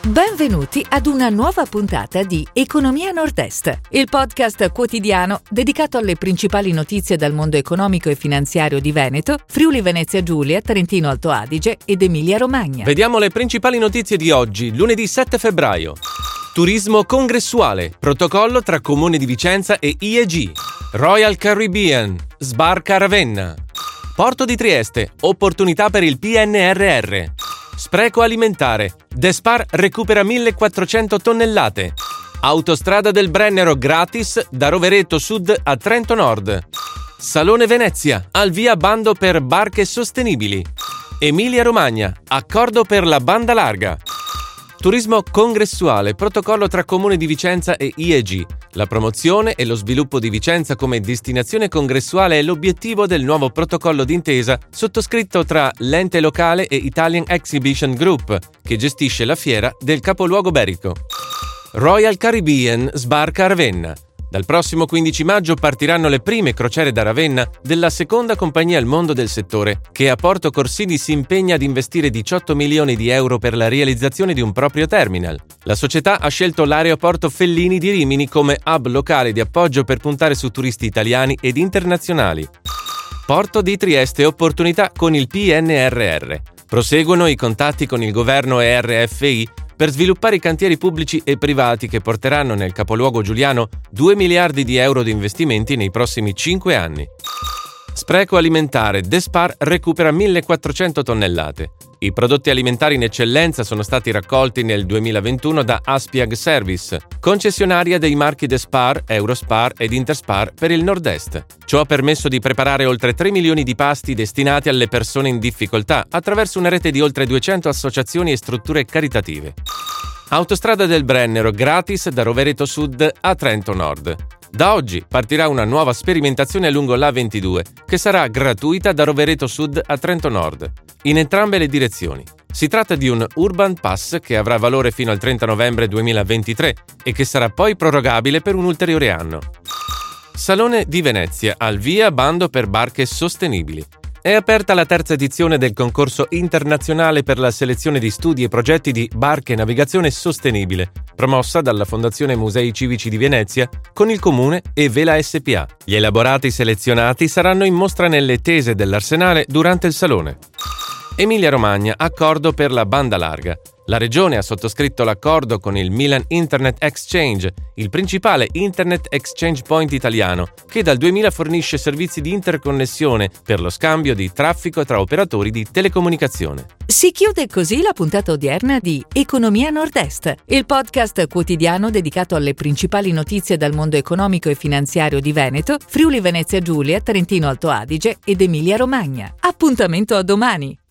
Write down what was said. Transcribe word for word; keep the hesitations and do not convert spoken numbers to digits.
Benvenuti ad una nuova puntata di Economia Nord-Est, il podcast quotidiano dedicato alle principali notizie dal mondo economico e finanziario di Veneto, Friuli Venezia Giulia, Trentino Alto Adige ed Emilia Romagna. Vediamo le principali notizie di oggi, lunedì sette febbraio. Turismo congressuale, protocollo tra Comune di Vicenza e I E G. Royal Caribbean, sbarca a Ravenna. Porto di Trieste, opportunità per il P N R R. Spreco alimentare, Despar recupera millequattrocento tonnellate. Autostrada del Brennero gratis da Rovereto Sud a Trento Nord. Salone Venezia, al via bando per barche sostenibili. Emilia Romagna, accordo per la banda larga. Turismo congressuale, protocollo tra Comune di Vicenza e I E G. La promozione e lo sviluppo di Vicenza come destinazione congressuale è l'obiettivo del nuovo protocollo d'intesa sottoscritto tra l'ente locale e Italian Exhibition Group, che gestisce la fiera del capoluogo berico. Royal Caribbean sbarca a Ravenna. Dal prossimo quindici maggio partiranno le prime crociere da Ravenna della seconda compagnia al mondo del settore, che a Porto Corsini si impegna ad investire diciotto milioni di euro per la realizzazione di un proprio terminal. La società ha scelto l'aeroporto Fellini di Rimini come hub locale di appoggio per puntare su turisti italiani ed internazionali. Porto di Trieste, opportunità con il P N R R. Proseguono i contatti con il governo e R F I per sviluppare i cantieri pubblici e privati che porteranno nel capoluogo giuliano due miliardi di euro di investimenti nei prossimi cinque anni. Spreco alimentare, Despar recupera millequattrocento tonnellate. I prodotti alimentari in eccellenza sono stati raccolti nel duemilaventuno da Aspiag Service, concessionaria dei marchi Despar, Eurospar ed Interspar per il Nord-Est. Ciò ha permesso di preparare oltre tre milioni di pasti destinati alle persone in difficoltà attraverso una rete di oltre duecento associazioni e strutture caritative. Autostrada del Brennero gratis da Rovereto Sud a Trento Nord. Da oggi partirà una nuova sperimentazione lungo l'A ventidue, che sarà gratuita da Rovereto Sud a Trento Nord, in entrambe le direzioni. Si tratta di un Urban Pass che avrà valore fino al trenta novembre duemilaventitré e che sarà poi prorogabile per un ulteriore anno. Salone di Venezia, al via bando per barche sostenibili. È aperta la terza edizione del concorso internazionale per la selezione di studi e progetti di barche e navigazione sostenibile, promossa dalla Fondazione Musei Civici di Venezia con il Comune e Vela S P A. Gli elaborati selezionati saranno in mostra nelle tese dell'Arsenale durante il Salone. Emilia Romagna, accordo per la banda larga. La regione ha sottoscritto l'accordo con il Milan Internet Exchange, il principale Internet Exchange Point italiano, che dal duemila fornisce servizi di interconnessione per lo scambio di traffico tra operatori di telecomunicazione. Si chiude così la puntata odierna di Economia Nord-Est, il podcast quotidiano dedicato alle principali notizie dal mondo economico e finanziario di Veneto, Friuli Venezia Giulia, Trentino Alto Adige ed Emilia Romagna. Appuntamento a domani!